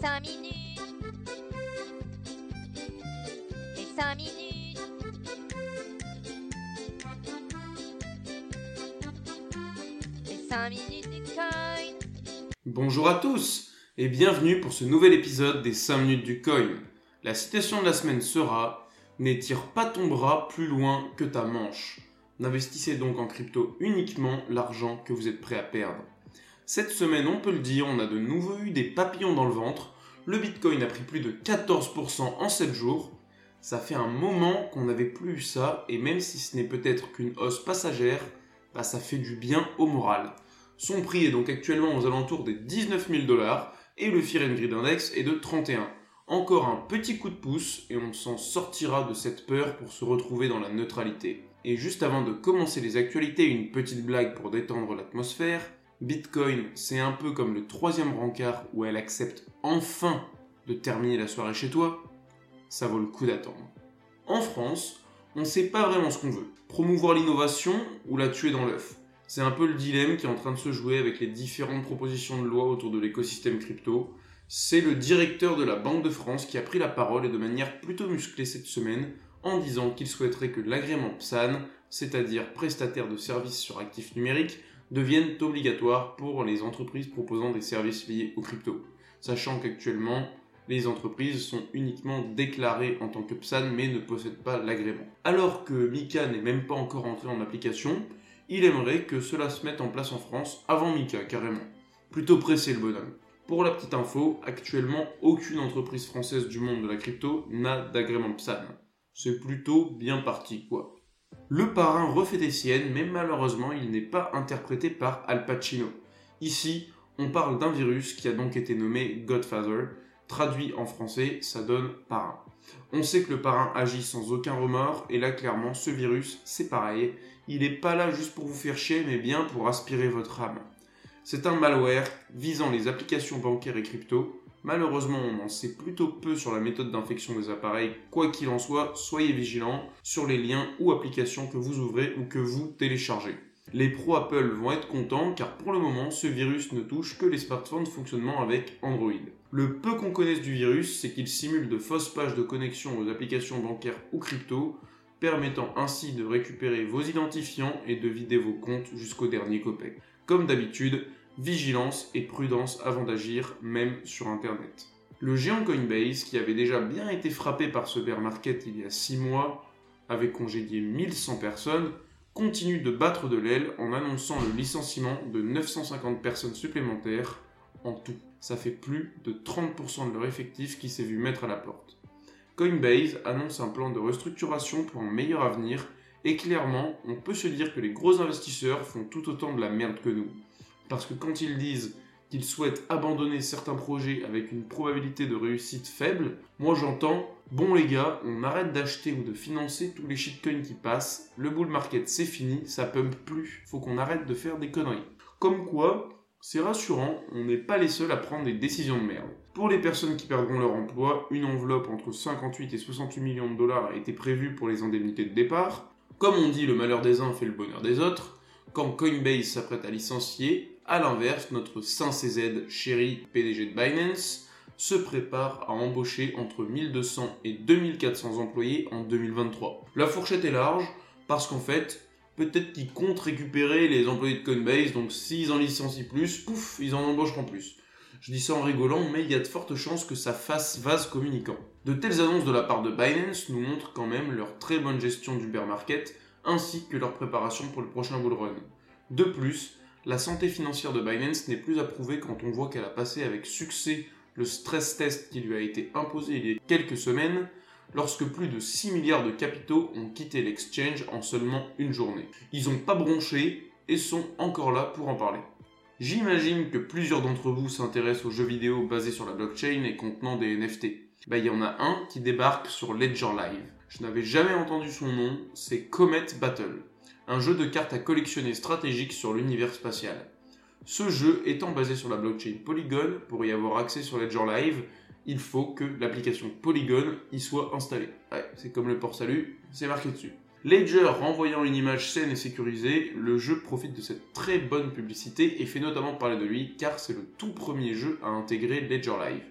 5 minutes. Les 5 minutes. Les 5 minutes du coin. Bonjour à tous et bienvenue pour ce nouvel épisode des 5 minutes du coin. La citation de la semaine sera « N'étire pas ton bras plus loin que ta manche ». N'investissez donc en crypto uniquement l'argent que vous êtes prêt à perdre. Cette semaine, on peut le dire, on a de nouveau eu des papillons dans le ventre. Le Bitcoin a pris plus de 14% en 7 jours. Ça fait un moment qu'on n'avait plus eu ça, et même si ce n'est peut-être qu'une hausse passagère, ça fait du bien au moral. Son prix est donc actuellement aux alentours des 19 000 $, et le Fear and Greed Index est de 31. Encore un petit coup de pouce, et on s'en sortira de cette peur pour se retrouver dans la neutralité. Et juste avant de commencer les actualités, une petite blague pour détendre l'atmosphère. Bitcoin, c'est un peu comme le 3e rencard où elle accepte enfin de terminer la soirée chez toi. Ça vaut le coup d'attendre. En France, on ne sait pas vraiment ce qu'on veut. Promouvoir l'innovation ou la tuer dans l'œuf. C'est un peu le dilemme qui est en train de se jouer avec les différentes propositions de loi autour de l'écosystème crypto. C'est le directeur de la Banque de France qui a pris la parole et de manière plutôt musclée cette semaine en disant qu'il souhaiterait que l'agrément PSAN, c'est-à-dire prestataire de services sur actifs numériques, devienne obligatoire pour les entreprises proposant des services liés aux cryptos. Sachant qu'actuellement, les entreprises sont uniquement déclarées en tant que PSAN mais ne possèdent pas l'agrément. Alors que MiCA n'est même pas encore entré en application, il aimerait que cela se mette en place en France avant MiCA carrément. Plutôt pressé le bonhomme. Pour la petite info, actuellement aucune entreprise française du monde de la crypto n'a d'agrément PSAN. C'est plutôt bien parti quoi. Le parrain refait des siennes, mais malheureusement il n'est pas interprété par Al Pacino. Ici, on parle d'un virus qui a donc été nommé Godfather. Traduit en français, ça donne parrain. On sait que le parrain agit sans aucun remords, et là clairement, ce virus, c'est pareil. Il n'est pas là juste pour vous faire chier, mais bien pour aspirer votre âme. C'est un malware visant les applications bancaires et crypto. Malheureusement, on en sait plutôt peu sur la méthode d'infection des appareils. Quoi qu'il en soit, soyez vigilants sur les liens ou applications que vous ouvrez ou que vous téléchargez. Les pros Apple vont être contents car pour le moment, ce virus ne touche que les smartphones fonctionnant avec Android. Le peu qu'on connaisse du virus, c'est qu'il simule de fausses pages de connexion aux applications bancaires ou crypto, permettant ainsi de récupérer vos identifiants et de vider vos comptes jusqu'au dernier copec. Comme d'habitude, vigilance et prudence avant d'agir, même sur Internet. Le géant Coinbase, qui avait déjà bien été frappé par ce bear market il y a 6 mois, avait congédié 1100 personnes, continue de battre de l'aile en annonçant le licenciement de 950 personnes supplémentaires en tout. Ça fait plus de 30% de leur effectif qui s'est vu mettre à la porte. Coinbase annonce un plan de restructuration pour un meilleur avenir, et clairement, on peut se dire que les gros investisseurs font tout autant de la merde que nous. Parce que quand ils disent qu'ils souhaitent abandonner certains projets avec une probabilité de réussite faible, moi j'entends « Bon les gars, on arrête d'acheter ou de financer tous les shitcoins qui passent, le bull market c'est fini, ça pump plus, faut qu'on arrête de faire des conneries. » Comme quoi, c'est rassurant, on n'est pas les seuls à prendre des décisions de merde. Pour les personnes qui perdront leur emploi, une enveloppe entre 58 et 68 millions de dollars a été prévue pour les indemnités de départ. Comme on dit, le malheur des uns fait le bonheur des autres. Quand Coinbase s'apprête à licencier, à l'inverse, notre Saint CZ chéri PDG de Binance se prépare à embaucher entre 1200 et 2400 employés en 2023. La fourchette est large parce qu'en fait, peut-être qu'ils comptent récupérer les employés de Coinbase, donc s'ils en licencient plus, pouf, ils en embaucheront plus. Je dis ça en rigolant, mais il y a de fortes chances que ça fasse vase communicant. De telles annonces de la part de Binance nous montrent quand même leur très bonne gestion du bear market, ainsi que leur préparation pour le prochain bull run. De plus, la santé financière de Binance n'est plus à prouver quand on voit qu'elle a passé avec succès le stress test qui lui a été imposé il y a quelques semaines, lorsque plus de 6 milliards de capitaux ont quitté l'exchange en seulement une journée. Ils n'ont pas bronché et sont encore là pour en parler. J'imagine que plusieurs d'entre vous s'intéressent aux jeux vidéo basés sur la blockchain et contenant des NFT. Il y en a un qui débarque sur Ledger Live. Je n'avais jamais entendu son nom, c'est Comet Battle. Un jeu de cartes à collectionner stratégique sur l'univers spatial. Ce jeu étant basé sur la blockchain Polygon, pour y avoir accès sur Ledger Live, il faut que l'application Polygon y soit installée. Ouais, c'est comme le port salut, c'est marqué dessus. Ledger renvoyant une image saine et sécurisée, le jeu profite de cette très bonne publicité et fait notamment parler de lui car c'est le tout premier jeu à intégrer Ledger Live.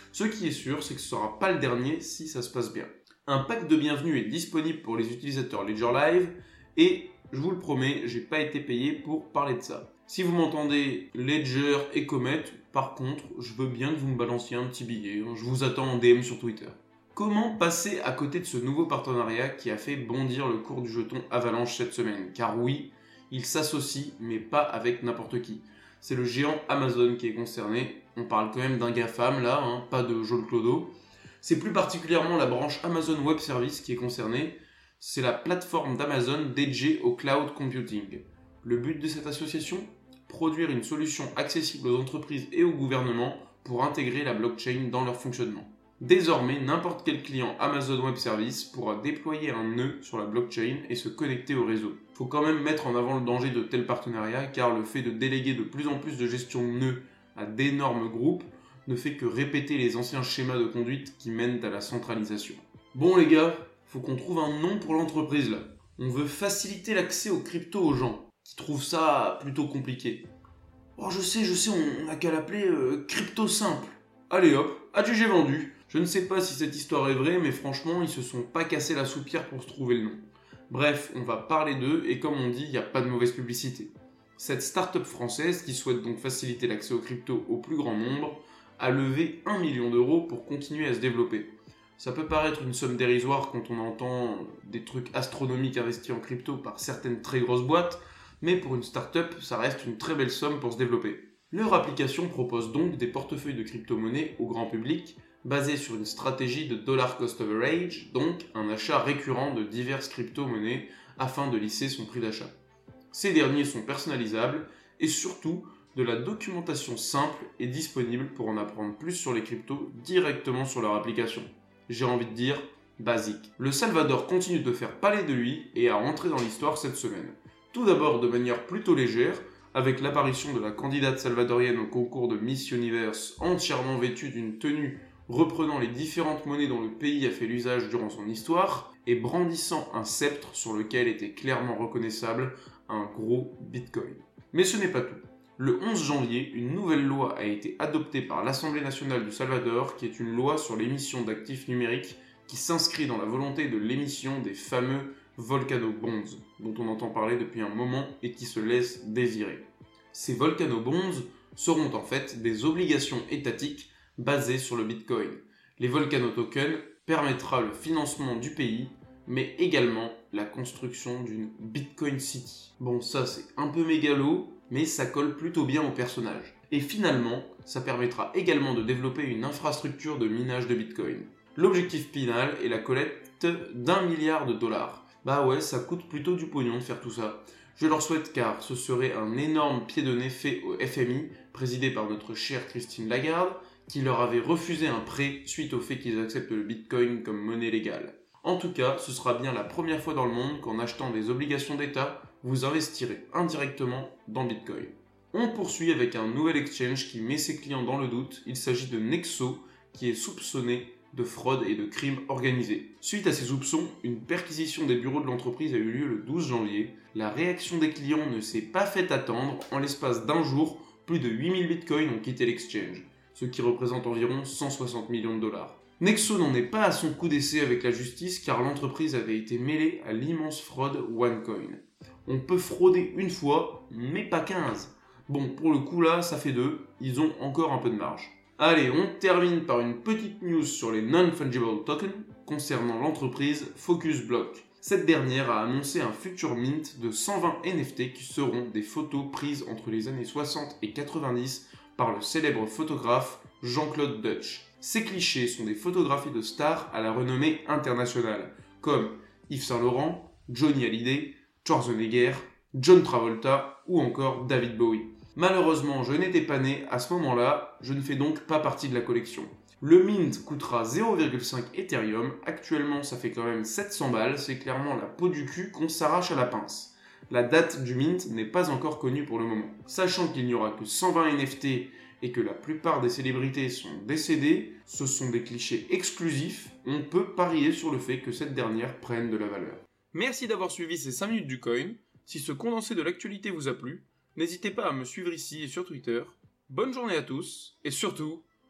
Ce qui est sûr, c'est que ce sera pas le dernier si ça se passe bien. Un pack de bienvenue est disponible pour les utilisateurs Ledger Live et je vous le promets, j'ai pas été payé pour parler de ça. Si vous m'entendez Ledger et Comet, par contre, je veux bien que vous me balanciez un petit billet, je vous attends en DM sur Twitter. Comment passer à côté de ce nouveau partenariat qui a fait bondir le cours du jeton Avalanche cette semaine? Car oui, il s'associe, mais pas avec n'importe qui. C'est le géant Amazon qui est concerné. On parle quand même d'un GAFAM là, pas de Joel Clodo. C'est plus particulièrement la branche Amazon Web Services qui est concernée. C'est la plateforme d'Amazon dédiée au cloud computing. Le but de cette association? Produire une solution accessible aux entreprises et aux gouvernements pour intégrer la blockchain dans leur fonctionnement. Désormais, n'importe quel client Amazon Web Services pourra déployer un nœud sur la blockchain et se connecter au réseau. Il faut quand même mettre en avant le danger de tels partenariats car le fait de déléguer de plus en plus de gestion de nœuds à d'énormes groupes ne fait que répéter les anciens schémas de conduite qui mènent à la centralisation. Bon les gars, faut qu'on trouve un nom pour l'entreprise là. On veut faciliter l'accès aux cryptos aux gens qui trouvent ça plutôt compliqué. Oh je sais, on n'a qu'à l'appeler crypto simple. Allez hop, adjugé vendu. Je ne sais pas si cette histoire est vraie, mais franchement, ils se sont pas cassé la soupière pour se trouver le nom. Bref, on va parler d'eux, et comme on dit, il n'y a pas de mauvaise publicité. Cette start-up française, qui souhaite donc faciliter l'accès aux cryptos au plus grand nombre, a levé 1 million d'euros pour continuer à se développer. Ça peut paraître une somme dérisoire quand on entend des trucs astronomiques investis en crypto par certaines très grosses boîtes, mais pour une start-up, ça reste une très belle somme pour se développer. Leur application propose donc des portefeuilles de crypto-monnaies au grand public, basés sur une stratégie de dollar cost average, donc un achat récurrent de diverses crypto-monnaies afin de lisser son prix d'achat. Ces derniers sont personnalisables et surtout, de la documentation simple est disponible pour en apprendre plus sur les cryptos directement sur leur application. J'ai envie de dire basique. Le Salvador continue de faire parler de lui et à rentrer dans l'histoire cette semaine. Tout d'abord de manière plutôt légère, avec l'apparition de la candidate salvadorienne au concours de Miss Universe entièrement vêtue d'une tenue reprenant les différentes monnaies dont le pays a fait l'usage durant son histoire, et brandissant un sceptre sur lequel était clairement reconnaissable un gros bitcoin. Mais ce n'est pas tout. Le 11 janvier, une nouvelle loi a été adoptée par l'Assemblée nationale du Salvador, qui est une loi sur l'émission d'actifs numériques qui s'inscrit dans la volonté de l'émission des fameux Volcano Bonds, dont on entend parler depuis un moment et qui se laissent désirer. Ces Volcano Bonds seront en fait des obligations étatiques basées sur le Bitcoin. Les Volcano Tokens permettra le financement du pays, mais également la construction d'une Bitcoin City. Bon, ça c'est un peu mégalo, mais ça colle plutôt bien au personnage. Et finalement, ça permettra également de développer une infrastructure de minage de Bitcoin. L'objectif final est la collecte d'1 milliard de dollars. Bah ouais, ça coûte plutôt du pognon de faire tout ça. Je leur souhaite car ce serait un énorme pied de nez fait au FMI, présidé par notre chère Christine Lagarde, qui leur avait refusé un prêt suite au fait qu'ils acceptent le Bitcoin comme monnaie légale. En tout cas, ce sera bien la première fois dans le monde qu'en achetant des obligations d'État, vous investirez indirectement dans Bitcoin. On poursuit avec un nouvel exchange qui met ses clients dans le doute. Il s'agit de Nexo, qui est soupçonné de fraude et de crimes organisés. Suite à ces soupçons, une perquisition des bureaux de l'entreprise a eu lieu le 12 janvier. La réaction des clients ne s'est pas fait attendre. En l'espace d'un jour, plus de 8000 bitcoins ont quitté l'exchange, ce qui représente environ 160 millions de dollars. Nexo n'en est pas à son coup d'essai avec la justice car l'entreprise avait été mêlée à l'immense fraude OneCoin. On peut frauder une fois, mais pas 15. Bon, pour le coup là, ça fait 2, ils ont encore un peu de marge. Allez, on termine par une petite news sur les non-fungible tokens concernant l'entreprise FocusBlock. Cette dernière a annoncé un futur mint de 120 NFT qui seront des photos prises entre les années 60 et 90 par le célèbre photographe Jean-Claude Dutch. Ces clichés sont des photographies de stars à la renommée internationale, comme Yves Saint Laurent, Johnny Hallyday, Schwarzenegger, John Travolta ou encore David Bowie. Malheureusement, je n'étais pas né à ce moment-là, je ne fais donc pas partie de la collection. Le mint coûtera 0,5 Ethereum, actuellement ça fait quand même 700 balles, c'est clairement la peau du cul qu'on s'arrache à la pince. La date du mint n'est pas encore connue pour le moment. Sachant qu'il n'y aura que 120 NFT et que la plupart des célébrités sont décédées, ce sont des clichés exclusifs, on peut parier sur le fait que cette dernière prenne de la valeur. Merci d'avoir suivi ces 5 minutes du coin. Si ce condensé de l'actualité vous a plu, n'hésitez pas à me suivre ici et sur Twitter. Bonne journée à tous, et surtout,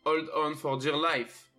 Hold on for dear life.